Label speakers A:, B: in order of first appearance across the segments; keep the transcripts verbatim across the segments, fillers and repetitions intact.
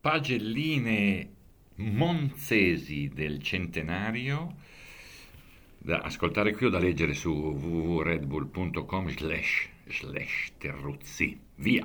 A: pagelline monzesi del centenario, da ascoltare qui o da leggere su www.redbull.com slash slash Terruzzi. Via!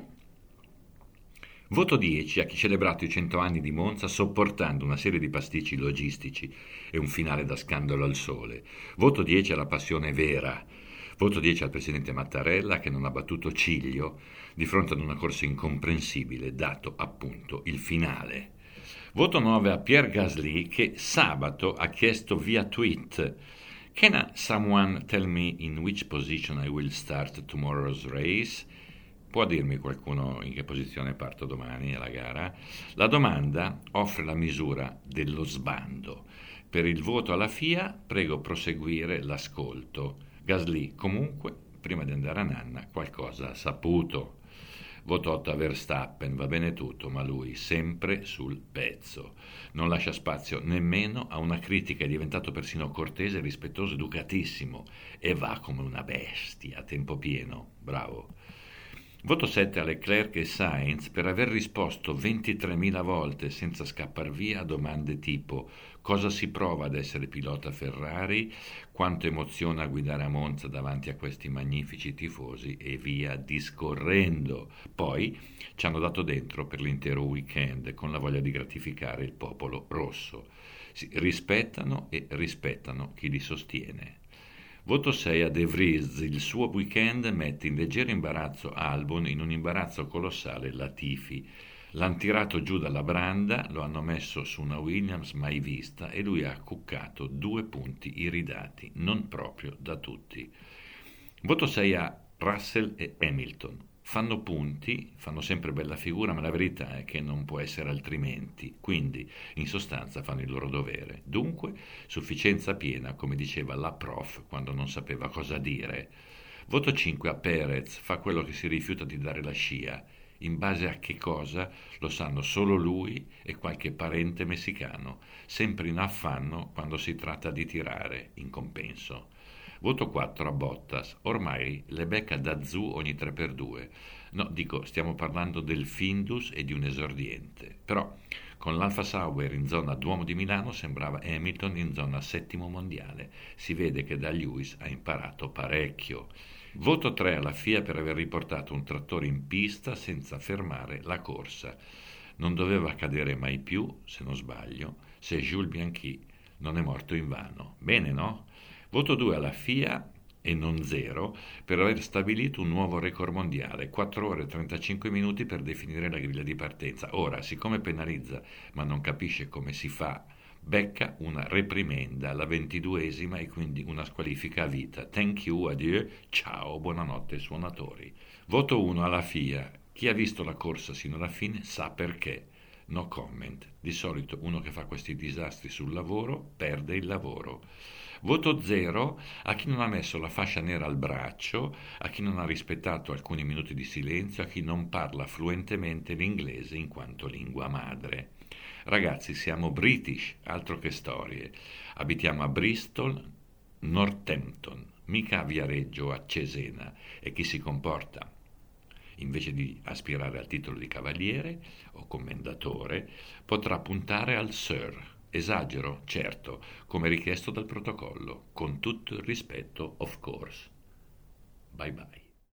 A: Voto dieci a chi ha celebrato i cento anni di Monza sopportando una serie di pasticci logistici e un finale da scandalo al sole. Voto dieci alla passione vera. Voto dieci al presidente Mattarella che non ha battuto ciglio di fronte ad una corsa incomprensibile, dato appunto il finale. Voto nove a Pierre Gasly che sabato ha chiesto via tweet: "Can someone tell me in which position I will start tomorrow's race?" Può dirmi qualcuno in che posizione parto domani alla gara? La domanda offre la misura dello sbando. Per il voto alla F I A prego proseguire l'ascolto. Gasly comunque, prima di andare a nanna, qualcosa ha saputo. Voto otto a Verstappen, va bene tutto, ma lui sempre sul pezzo. Non lascia spazio nemmeno a una critica, è diventato persino cortese, rispettoso, educatissimo e va come una bestia a tempo pieno. Bravo. Voto sette a Leclerc e Sainz per aver risposto ventitremila volte senza scappar via a domande tipo: cosa si prova ad essere pilota Ferrari, quanto emoziona a guidare a Monza davanti a questi magnifici tifosi e via discorrendo. Poi ci hanno dato dentro per l'intero weekend con la voglia di gratificare il popolo rosso. Si rispettano e rispettano chi li sostiene. Voto sei a De Vries, il suo weekend mette in leggero imbarazzo Albon, in un imbarazzo colossale Latifi. L'hanno tirato giù dalla branda, lo hanno messo su una Williams mai vista e lui ha cuccato due punti iridati, non proprio da tutti. Voto sei a Russell e Hamilton. Fanno punti, fanno sempre bella figura, ma la verità è che non può essere altrimenti, quindi in sostanza fanno il loro dovere. Dunque, sufficienza piena, come diceva la prof quando non sapeva cosa dire. Voto cinque a Perez, fa quello che si rifiuta di dare la scia. In base a che cosa lo sanno solo lui e qualche parente messicano, sempre in affanno quando si tratta di tirare, in compenso. Voto quattro a Bottas, ormai le becca da Zu ogni tre per due. No, dico, stiamo parlando del Findus e di un esordiente. Però con l'Alfa Sauer in zona Duomo di Milano sembrava Hamilton in zona settimo mondiale. Si vede che da Lewis ha imparato parecchio. Voto tre alla F I A per aver riportato un trattore in pista senza fermare la corsa. Non doveva accadere mai più, se non sbaglio, se Jules Bianchi non è morto invano. Bene, no? Voto due alla F I A e non zero per aver stabilito un nuovo record mondiale, quattro ore e trentacinque minuti per definire la griglia di partenza. Ora, siccome penalizza ma non capisce come si fa, becca una reprimenda, la ventiduesima, e quindi una squalifica a vita. Thank you, adieu, ciao, buonanotte suonatori. Voto uno alla F I A. Chi ha visto la corsa sino alla fine sa perché. No comment. Di solito uno che fa questi disastri sul lavoro perde il lavoro. Voto zero a chi non ha messo la fascia nera al braccio, a chi non ha rispettato alcuni minuti di silenzio, a chi non parla fluentemente l'inglese in quanto lingua madre. Ragazzi, siamo British, altro che storie. Abitiamo a Bristol, Northampton, mica a Viareggio o a Cesena, e chi si comporta invece di aspirare al titolo di cavaliere o commendatore potrà puntare al Sir. Esagero, certo, come richiesto dal protocollo, con tutto il rispetto, of course. Bye bye.